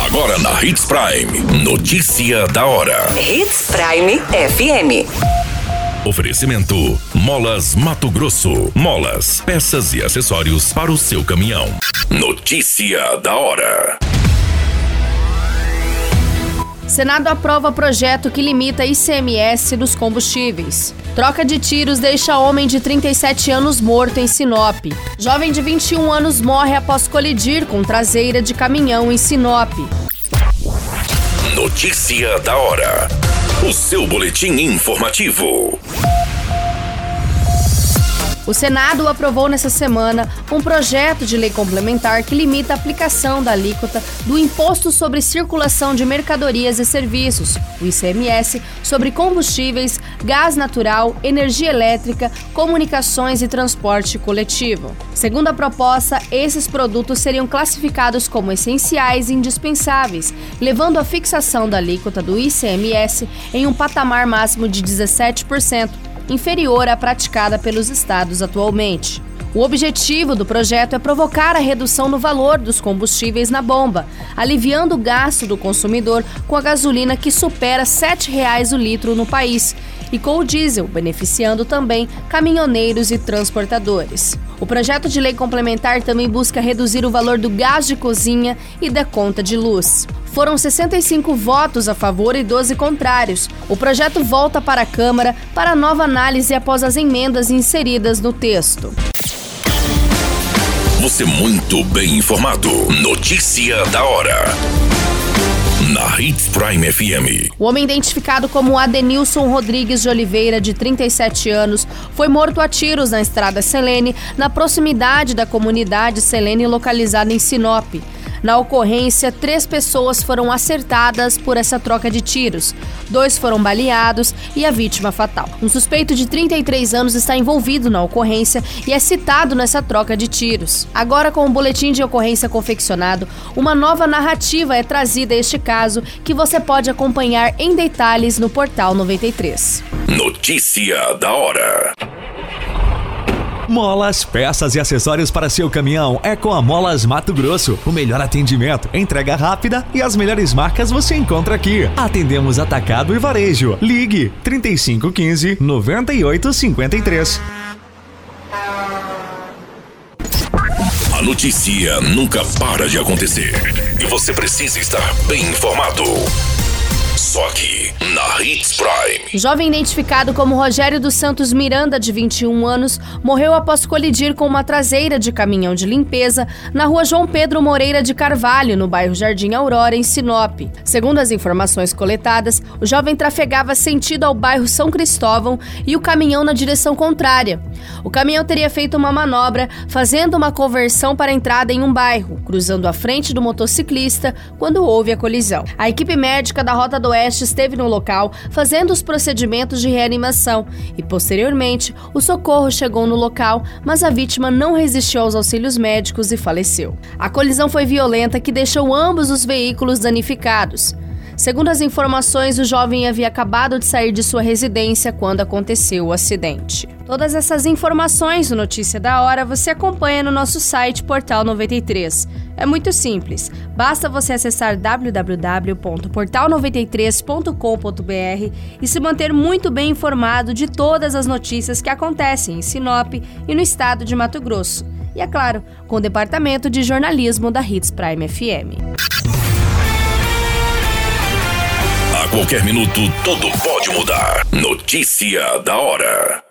Agora na Hits Prime. Notícia da hora. Hits Prime FM. Oferecimento: Molas Mato Grosso. Molas, peças e acessórios para o seu caminhão. Notícia da hora. Senado aprova projeto que limita ICMS dos combustíveis. Troca de tiros deixa homem de 37 anos morto em Sinop. Jovem de 21 anos morre após colidir com traseira de caminhão em Sinop. Notícia da hora. O seu boletim informativo. O Senado aprovou nesta semana um projeto de lei complementar que limita a aplicação da alíquota do Imposto sobre Circulação de Mercadorias e Serviços, o ICMS, sobre combustíveis, gás natural, energia elétrica, comunicações e transporte coletivo. Segundo a proposta, esses produtos seriam classificados como essenciais e indispensáveis, levando a fixação da alíquota do ICMS em um patamar máximo de 17%. Inferior à praticada pelos estados atualmente. O objetivo do projeto é provocar a redução no valor dos combustíveis na bomba, aliviando o gasto do consumidor com a gasolina que supera R$ 7,00 o litro no país, e com o diesel, beneficiando também caminhoneiros e transportadores. O projeto de lei complementar também busca reduzir o valor do gás de cozinha e da conta de luz. Foram 65 votos a favor e 12 contrários. O projeto volta para a Câmara para nova análise após as emendas inseridas no texto. Você muito bem informado. Notícia da hora. Na Hits Prime FM. O homem identificado como Adenilson Rodrigues de Oliveira, de 37 anos, foi morto a tiros na estrada Selene, na proximidade da comunidade Selene, localizada em Sinop. Na ocorrência, 3 pessoas foram acertadas por essa troca de tiros. 2 foram baleados e a vítima fatal. Um suspeito de 33 anos está envolvido na ocorrência e é citado nessa troca de tiros. Agora, com o boletim de ocorrência confeccionado, uma nova narrativa é trazida a este caso, que você pode acompanhar em detalhes no Portal 93. Notícia da hora. Molas, peças e acessórios para seu caminhão é com a Molas Mato Grosso. O melhor atendimento, entrega rápida e as melhores marcas você encontra aqui. Atendemos atacado e varejo. Ligue 3515-9853. A notícia nunca para de acontecer e você precisa estar bem informado. Só aqui, na Hits Prime. Jovem identificado como Rogério dos Santos Miranda, de 21 anos, morreu após colidir com uma traseira de caminhão de limpeza na rua João Pedro Moreira de Carvalho, no bairro Jardim Aurora, em Sinop. Segundo as informações coletadas, o jovem trafegava sentido ao bairro São Cristóvão e o caminhão na direção contrária. O caminhão teria feito uma manobra, fazendo uma conversão para a entrada em um bairro, cruzando a frente do motociclista quando houve a colisão. A equipe médica da Rota do Oeste esteve no local fazendo os procedimentos de reanimação e, posteriormente, o socorro chegou no local, mas a vítima não resistiu aos auxílios médicos e faleceu. A colisão foi violenta, que deixou ambos os veículos danificados. Segundo as informações, o jovem havia acabado de sair de sua residência quando aconteceu o acidente. Todas essas informações no Notícia da Hora você acompanha no nosso site Portal 93. É muito simples, basta você acessar www.portal93.com.br e se manter muito bem informado de todas as notícias que acontecem em Sinop e no estado de Mato Grosso. E, é claro, com o departamento de jornalismo da Hits Prime FM. A qualquer minuto, tudo pode mudar. Notícia da hora.